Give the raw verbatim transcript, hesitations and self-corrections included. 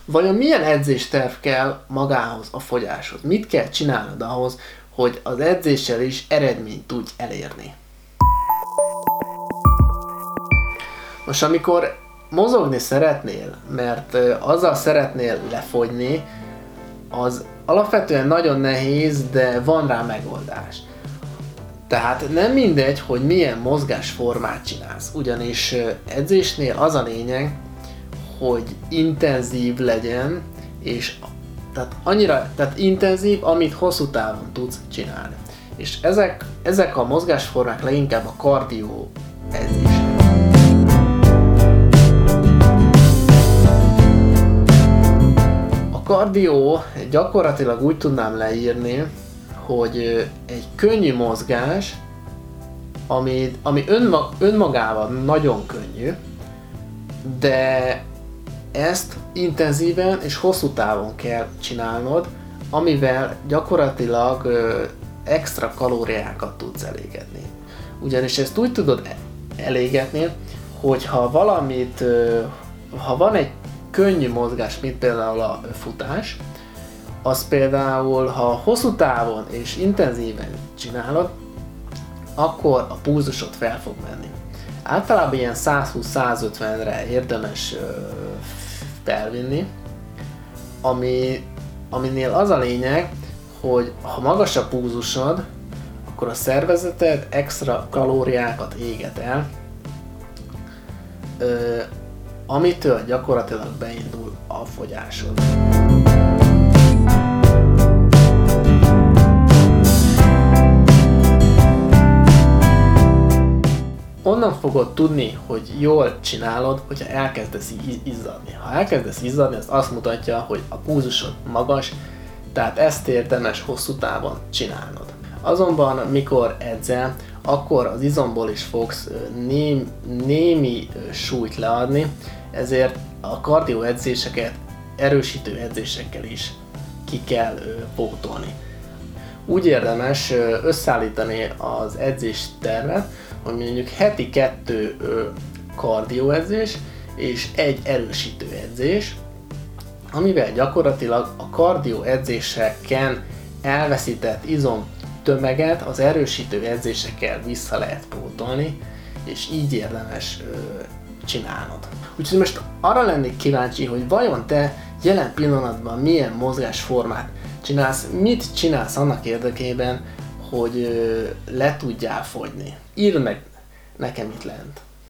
Vajon milyen edzésterv kell magához a fogyáshoz? Mit kell csinálnod ahhoz, hogy az edzéssel is eredményt tudj elérni? Most amikor mozogni szeretnél, mert azzal szeretnél lefogyni, az alapvetően nagyon nehéz, de van rá megoldás. Tehát nem mindegy, hogy milyen mozgásformát csinálsz, ugyanis edzésnél az a lényeg, hogy intenzív legyen, és tehát annyira tehát intenzív, amit hosszú távon tudsz csinálni. És ezek, ezek a mozgásformák leginkább a kardió edzések. A kardió gyakorlatilag úgy tudnám leírni, hogy egy könnyű mozgás, ami, ami önma, önmagában nagyon könnyű, de ezt intenzíven és hosszú távon kell csinálnod, amivel gyakorlatilag ö, extra kalóriákat tudsz elégetni. Ugyanis ezt úgy tudod elégetni, hogy ha valamit, ö, ha van egy könnyű mozgás, mint például a futás, az például, ha hosszú távon és intenzíven csinálod, akkor a pulzusod fel fog menni. Általában ilyen százhúsz-százötvenre érdemes ö, felvinni, ami, aminél az a lényeg, hogy ha magas a pulzusod, akkor a szervezeted extra kalóriákat éget el, ö, amitől gyakorlatilag beindul a fogyásod. Onnan fogod tudni, hogy jól csinálod, hogyha elkezdesz izzadni. Ha elkezdesz izzadni, az azt mutatja, hogy a pulzusod magas, tehát ezt érdemes hosszú távon csinálnod. Azonban, mikor edzel, akkor az izomból is fogsz ném, némi súlyt leadni, ezért a kardió edzéseket erősítő edzésekkel is ki kell pótolni. Úgy érdemes összeállítani az edzés tervet, hogy mondjuk heti kettő kardióedzés és egy erősítő edzés, amivel gyakorlatilag a kardióedzéseken elveszített izom tömeget az erősítő edzésekkel vissza lehet pótolni, és így érdemes ö, csinálnod. Úgyhogy most arra lennék kíváncsi, hogy vajon te jelen pillanatban milyen mozgásformát csinálsz, mit csinálsz annak érdekében, hogy ö, le tudjál fogyni. Írd meg nekem itt lent.